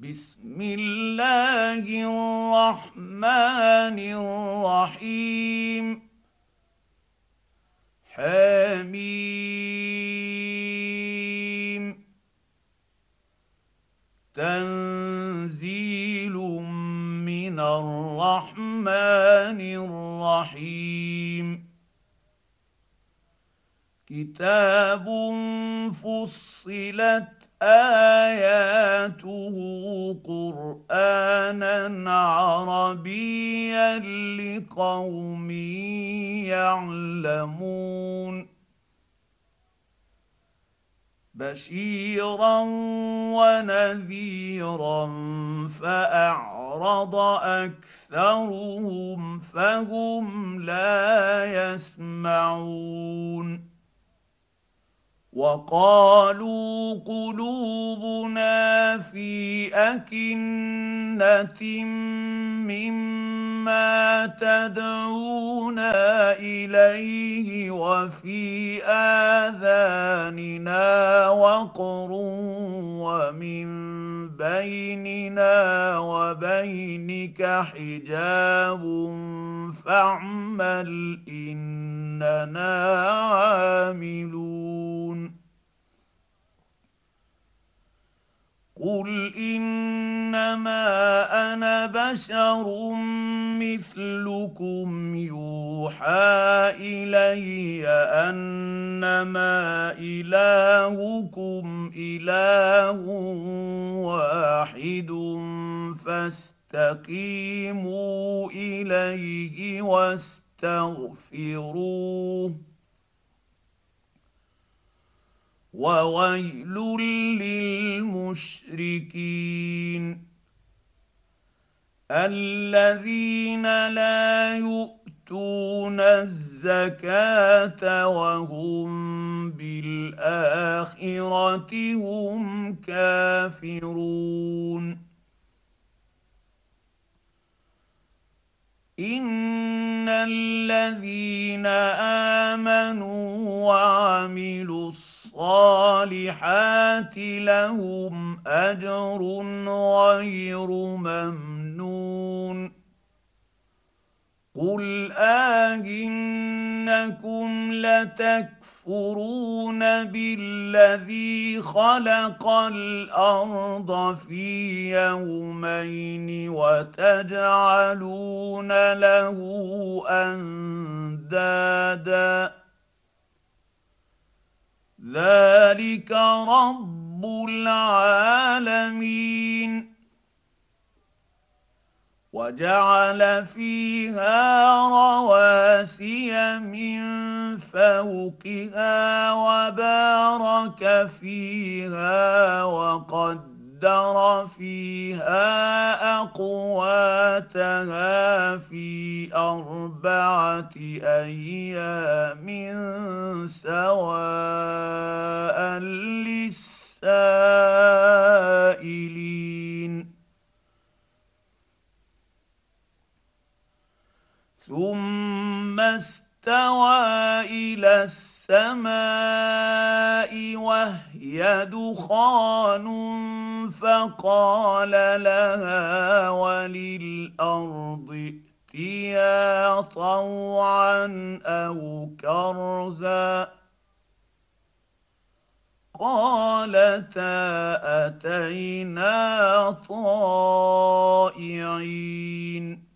بسم الله الرحمن الرحيم. حميم. تنزيل من الرحمن الرحيم. كتاب فصلت اياته قرانا عربيا لقوم يعلمون. بشيرا ونذيرا فاعرض اكثرهم فهم لا يسمعون. وقالوا قلوبنا في أكنة مما تدعونا إليه وفي آذاننا وقر ومن بيننا وبينك حجاب فاعمل إننا عاملون. قل انما انا بشر مثلكم يوحى الي انما الهكم اله واحد فاستقيموا اليه واستغفروه. وويل للمشركين الذين لا يؤتون الزكاه وهم بالاخره هم كافرون. ان الذين امنوا وعملوا الصالحات لهم اجر غير ممنون. قل انكم لتكفرون بالذي خلق الارض في يومين وتجعلون له اندادا ذلك رب العالمين. وجعل فيها رواسي من فوقها وبارك فيها وقدر فيها اقواتها في 4 ايام سواء للسائلين. ثم استوى الى السماء وهي دخان فقال لها وللارض ائتيا طوعا او كرها قالتا اتينا طائعين.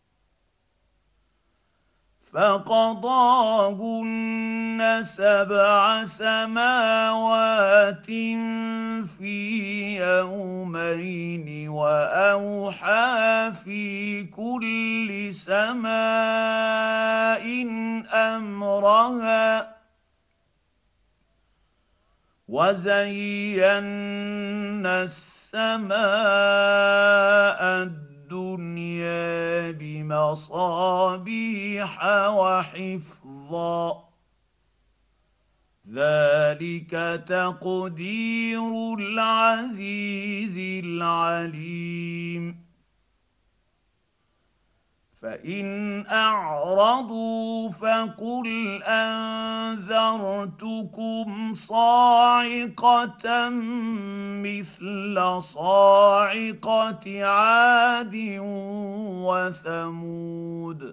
فقضاهن 7 سماوات في يومين واوحى في كل سماء امرها وزينا السماء الدنيا بمصابيح وحفظا ذلك تقدير العزيز العليم. فان اعرضوا فقل انذرتكم صاعقه مثل صاعقه عاد وثمود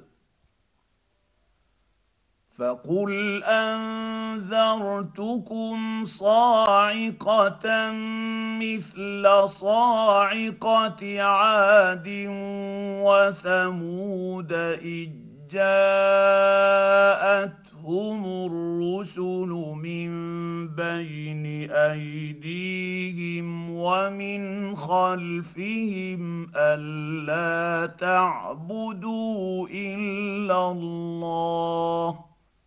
فقل انذرتكم صاعقه مثل صاعقه عاد وثمود اذ جاءتهم الرسل من بين ايديهم ومن خلفهم الا تعبدوا الا الله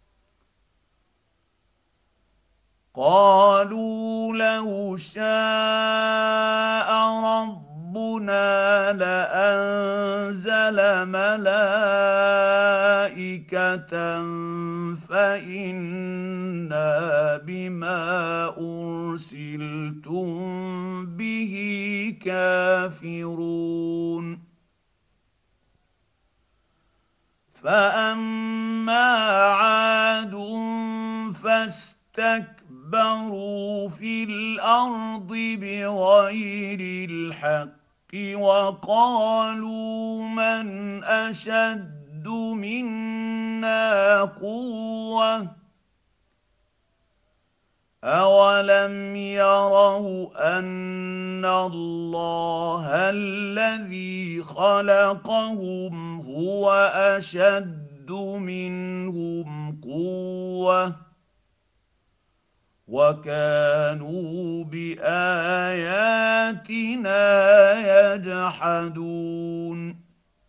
قالوا لو شاء ربنا لانزل ملائكه فانا بما ارسلتم به كافرون فاما عاد فاستكبروا في الارض بغير الحق وقالوا من اشد منا قوه اولم يروا ان الله الذي خلقهم هو اشد منهم قوه وكانوا باياتنا يجحدون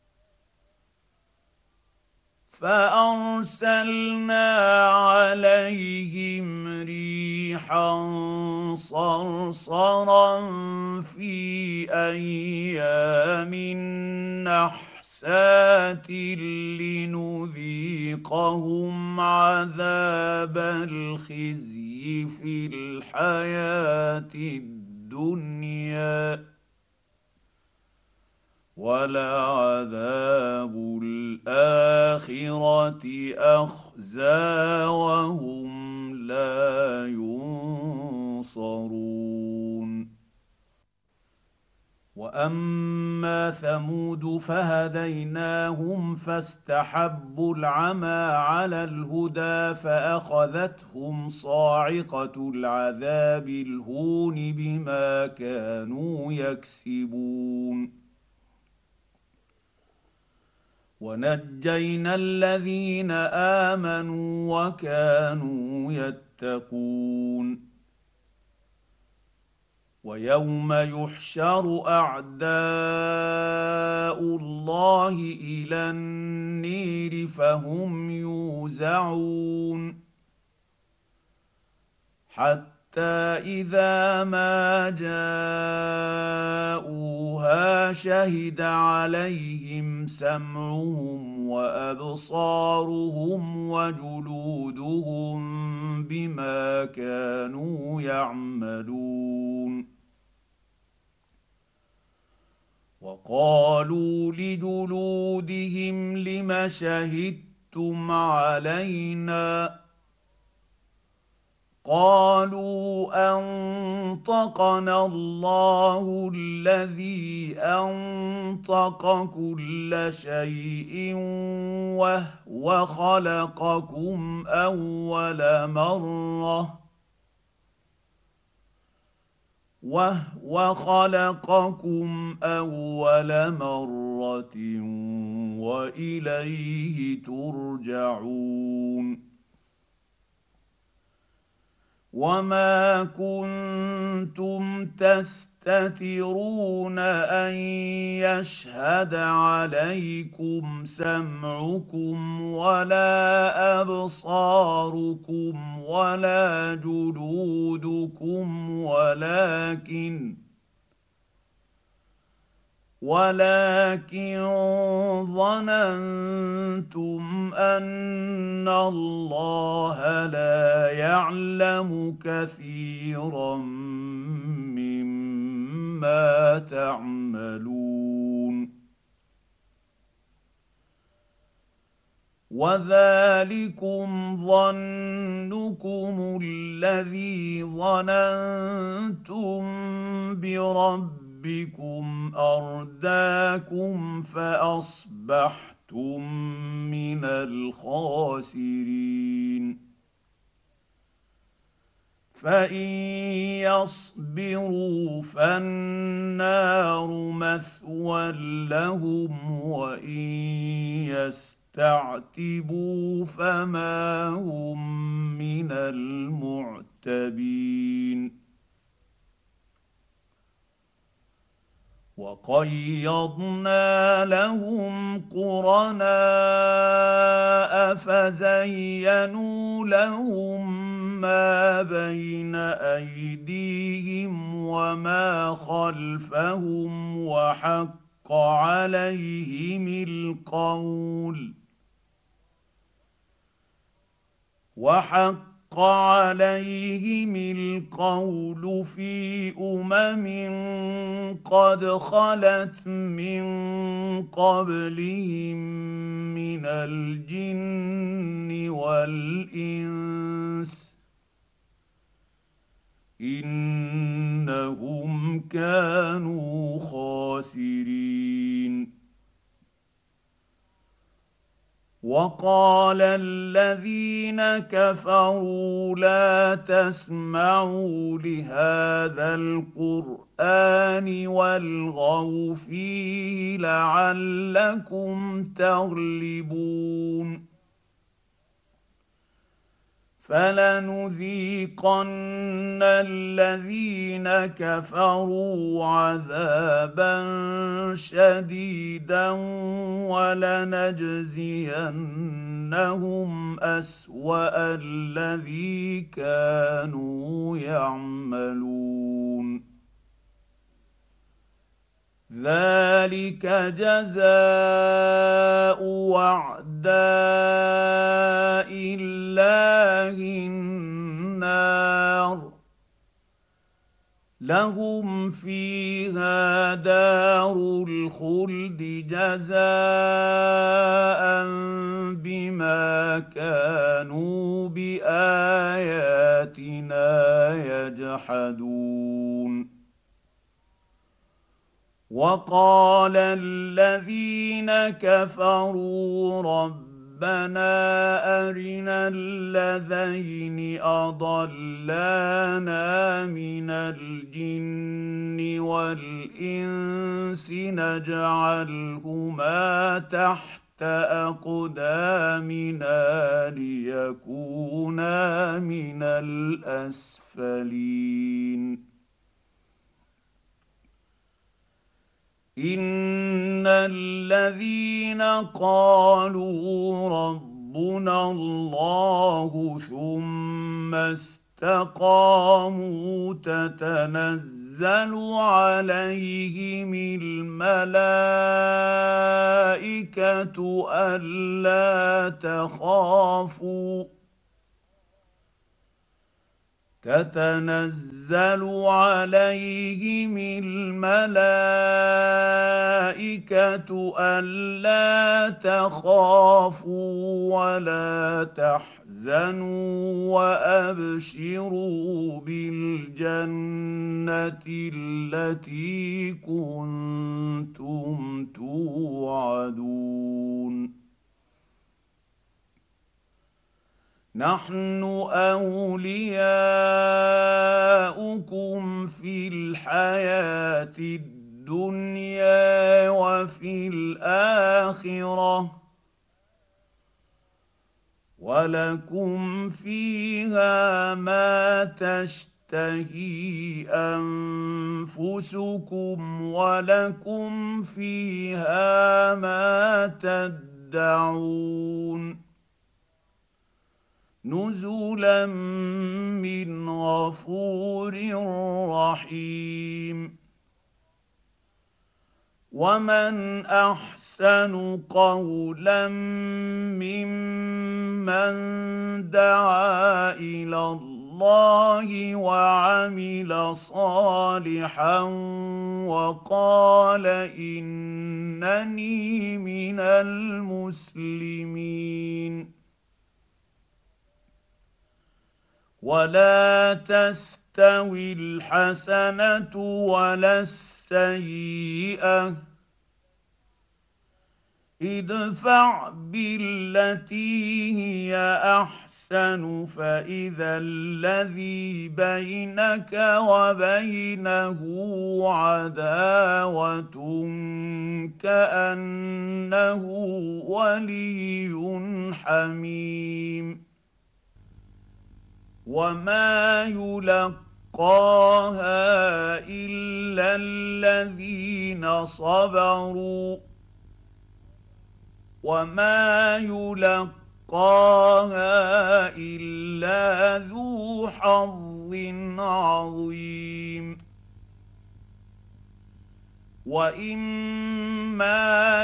فارسلنا عليهم ريحا صرصرا في ايام نحسات لنذيقهم عذاب الخزي في الحياه الدنيا ولعذاب الاخره اخزى وهم لا ينصرون واما ثمود فهديناهم فاستحبوا العمى على الهدى فاخذتهم صاعقه العذاب الهون بما كانوا يكسبون ونجينا الذين امنوا وكانوا يتقون ويوم يحشر اعداء الله الى النير فهم يوزعون حتى اذا ما جاءوها شهد عليهم سمعهم وابصارهم وجلودهم بما كانوا يعملون وقالوا لجلودهم لم شهدتم علينا قالوا انطقنا الله الذي انطق كل شيء وهو خلقكم اول مره واليه ترجعون وما كنتم تستترون ان يشهد عليكم سمعكم ولا ابصاركم ولا جلودكم ولكن ظننتم ان الله لا يعلم كثيرا مما تعملون وذلكم ظنكم الذي ظننتم بربكم ارداكم فاصبحتم من الخاسرين فان يصبروا فالنار مثوى لهم وان يستعتبوا فما هم من المعتبين وقيضنا لهم قرناء فزينوا لهم ما بين ايديهم وما خلفهم وحق عليهم القول في قد خلت من قبلهم من الجن والانس انهم كانوا خاسرين وقال الذين كفروا لا تسمعوا لهذا القرآن والغوا فيه لعلكم تغلبون فلنذيقن الذين كفروا عذابا شديدا ولنجزينهم اسوا الذي كانوا يعملون ذلك جزاء اعداء الله النار لهم فيها دار الخلد جزاء بما كانوا باياتنا يجحدون وقال الذين كفروا ربنا أرنا الذين أضلانا من الجن والإنس نجعلهما تحت أقدامنا ليكونا من الأسفلين ان الذين قالوا ربنا الله ثم استقاموا تتنزل عليهم الملائكه الا تخافوا تتنزل عليهم الملائكة ألا تخافوا ولا تحزنوا وأبشروا بالجنة التي كنتم توعدون نحن أولياؤكم في الحياة الدنيا وفي الآخرة ولكم فيها ما تشتهي أنفسكم ولكم فيها ما تدعون نزلا من غفور رحيم ومن احسن قولا ممن دعا الى الله الله وعمل صالحا وقال انني من المسلمين. ولا تستوي الحسنه ولا السيئه، ادفع بالتي هي احسن فاذا الذي بينك وبينه عداوه كانه ولي حميم. وما يلقاها الا الذين صبروا وما يلقاها الا ذو حظ عظيم. واما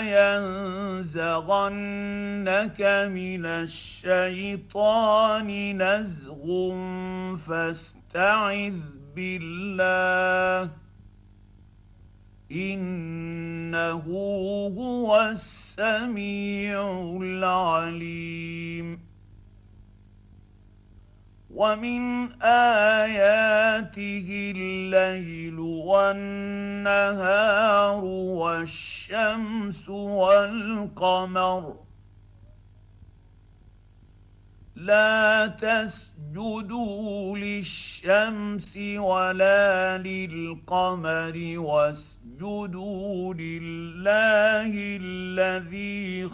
ينزغنك من الشيطان نزغ فاستعذ بالله انه هو السميع العليم. ومن اياته الليل والنهار والشمس والقمر، لا تسجدوا للشمس ولا للقمر واسجدوا لله الذي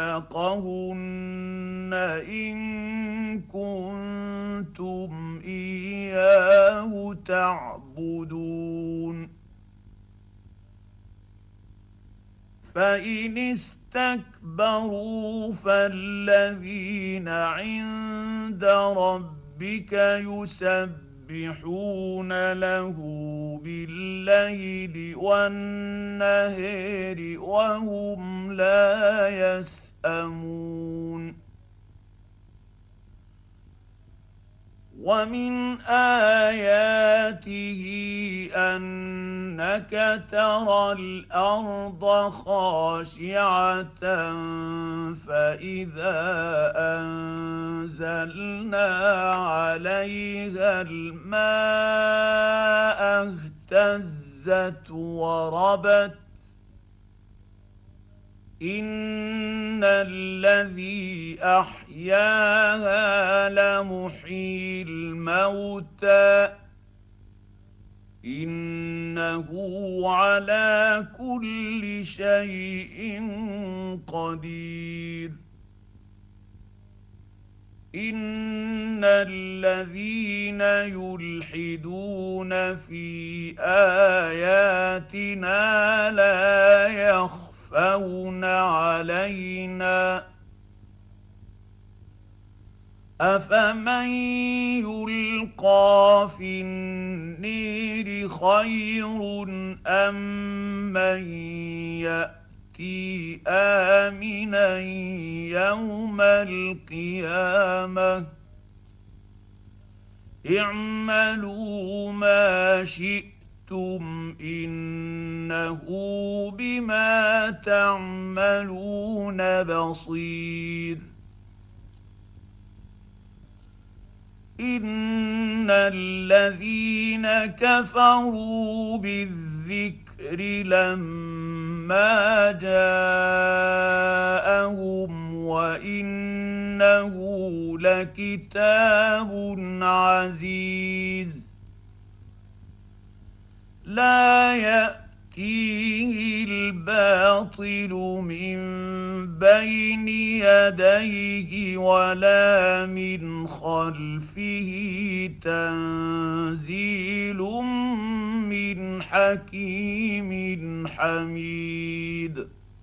خلقهن إن كنتم إياه تعبدون. فإن استكبروا فالذين عند ربك يسبحون له بالليل والنهار وهم لا يسأمون. ومن آياته أنك ترى الأرض خاشعة فإذا أنزلنا عليها الماء اهتزت وربت إن الذي أحياها لمحيي الموتى إنه على كل شيء قدير. إن الذين يلحدون في آياتنا لا يخفون علينا أفمن يلقى في النير خير أم من يأتي آمنا يوم القيامة اعملوا ما شئتم إنه بما تعملون بصير. إن الذين كفروا بالذكر لما جاءهم وإنه لكتاب عزيز لا يأتيه الباطل من بين يديه ولا من خلفه تنزيل من حكيم حميد.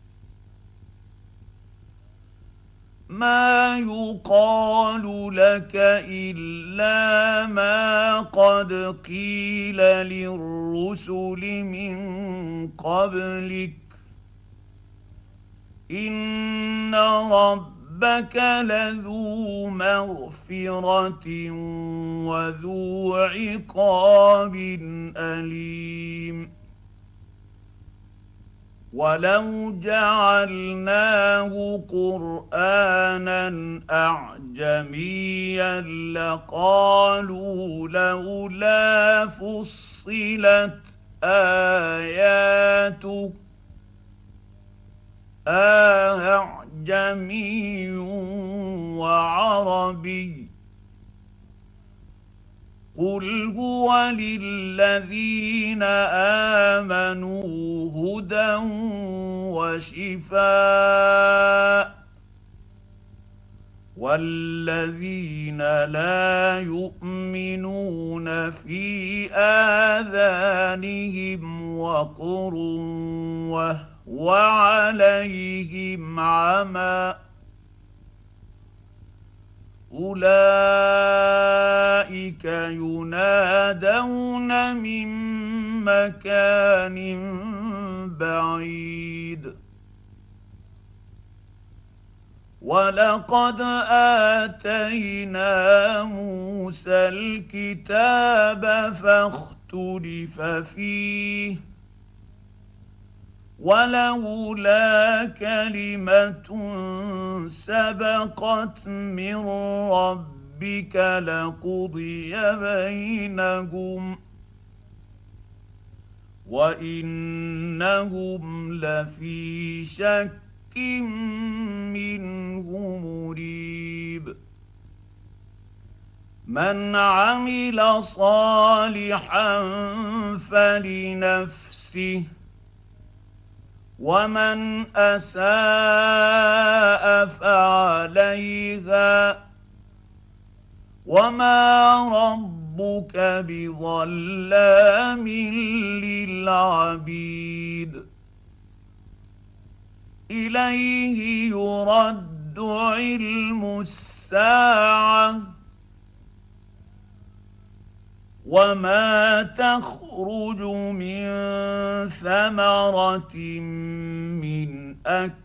ما يقال لك إلا ما قد قيل للرسل من قبلك إن ربك ربك لذو مغفرة وذو عقاب أليم ولو جعلناه قرآنا أعجميا لقالوا لولا فصلت آياته أعجمي وعربي قل هو للذين آمنوا هدى وشفاء والذين لا يؤمنون في آذانهم وقر وهو عليهم عمى أولئك ينادون من مكان بعيد ولقد آتينا موسى الكتاب فاختلف فيه ولولا كلمة سبقت من ربك لقضي بينهم وإنهم لفي شك منه مريب من عمل صالحا فلنفسه ومن أساء فعليها وما ربك بظلام للعبيد إليه يرد علم الساعة وما تخرج من ثمرة من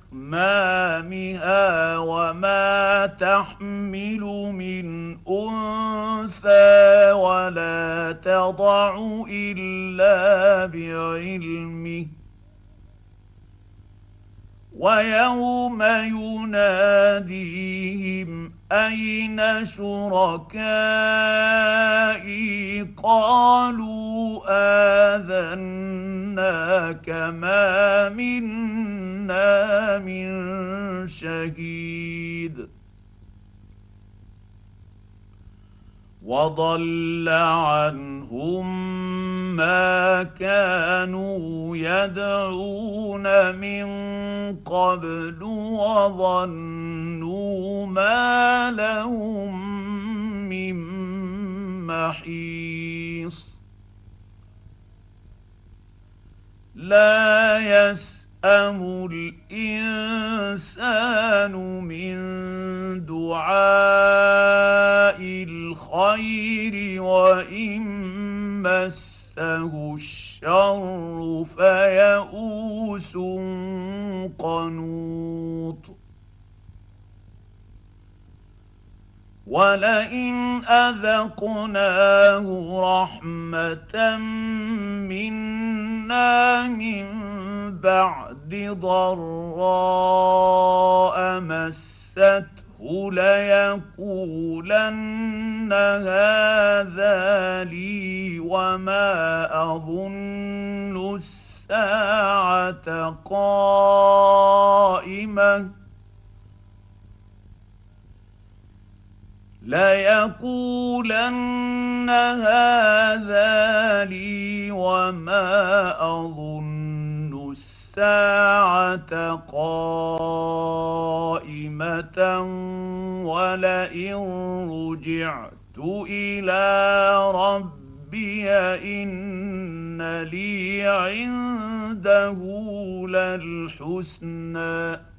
أكمامها وما تحمل من أنثى ولا تضع إلا بعلمه ويوم يناديهم أين شركائي قالوا آذناك ما منا من شهيد وضل عنهم ما كانوا يدعون من قبل وظنوا ما لهم من محيص لا يسأم الإنسان من دعاء الخير وإن مسه الشر فيئوس قنوط ولئن أذقناه رحمة منا من بعد ضراء مسته ليقولن هذا لي وما أظن الساعة قائمة ليقولن هذا لي وما أظن الساعة قائمة ولئن رجعت إلى ربي إن لي عنده للحسنى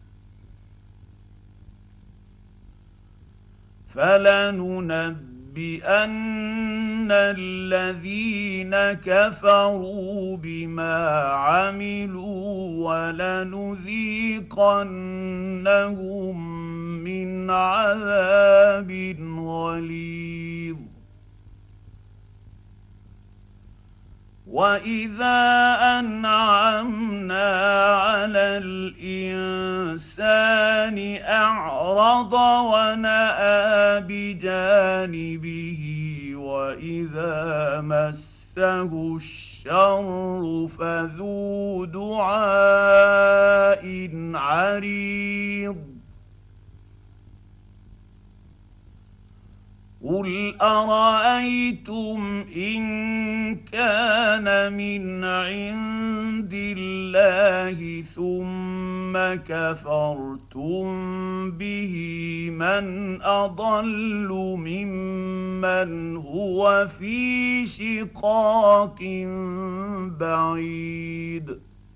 فلننبئن الذين كفروا بما عملوا ولنذيقنهم من عذاب غليظ. واذا انعمنا على الانسان اعرض وناى بجانبه واذا مسه الشر فذو دعاء عريض. قل ارايتم ان كان من عند الله ثم كفرتم به من اضل ممن هو في شقاق بعيد.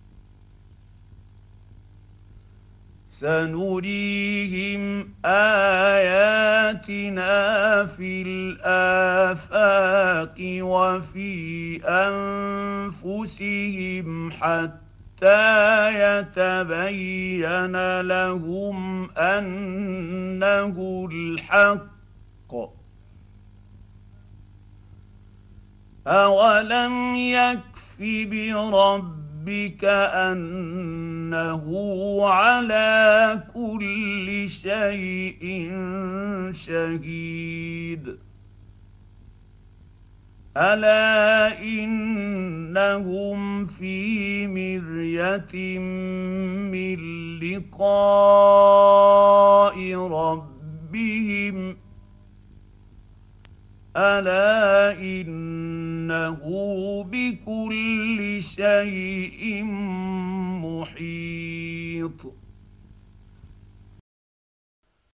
سنريهم اياتنا في الافاق وفي انفسهم حتى يتبين لهم انه الحق. اولم يكف بربك انه على كل شيء شهيد. الا انهم في مريه من لقاء ربهم الا انه بكل شيء محيط.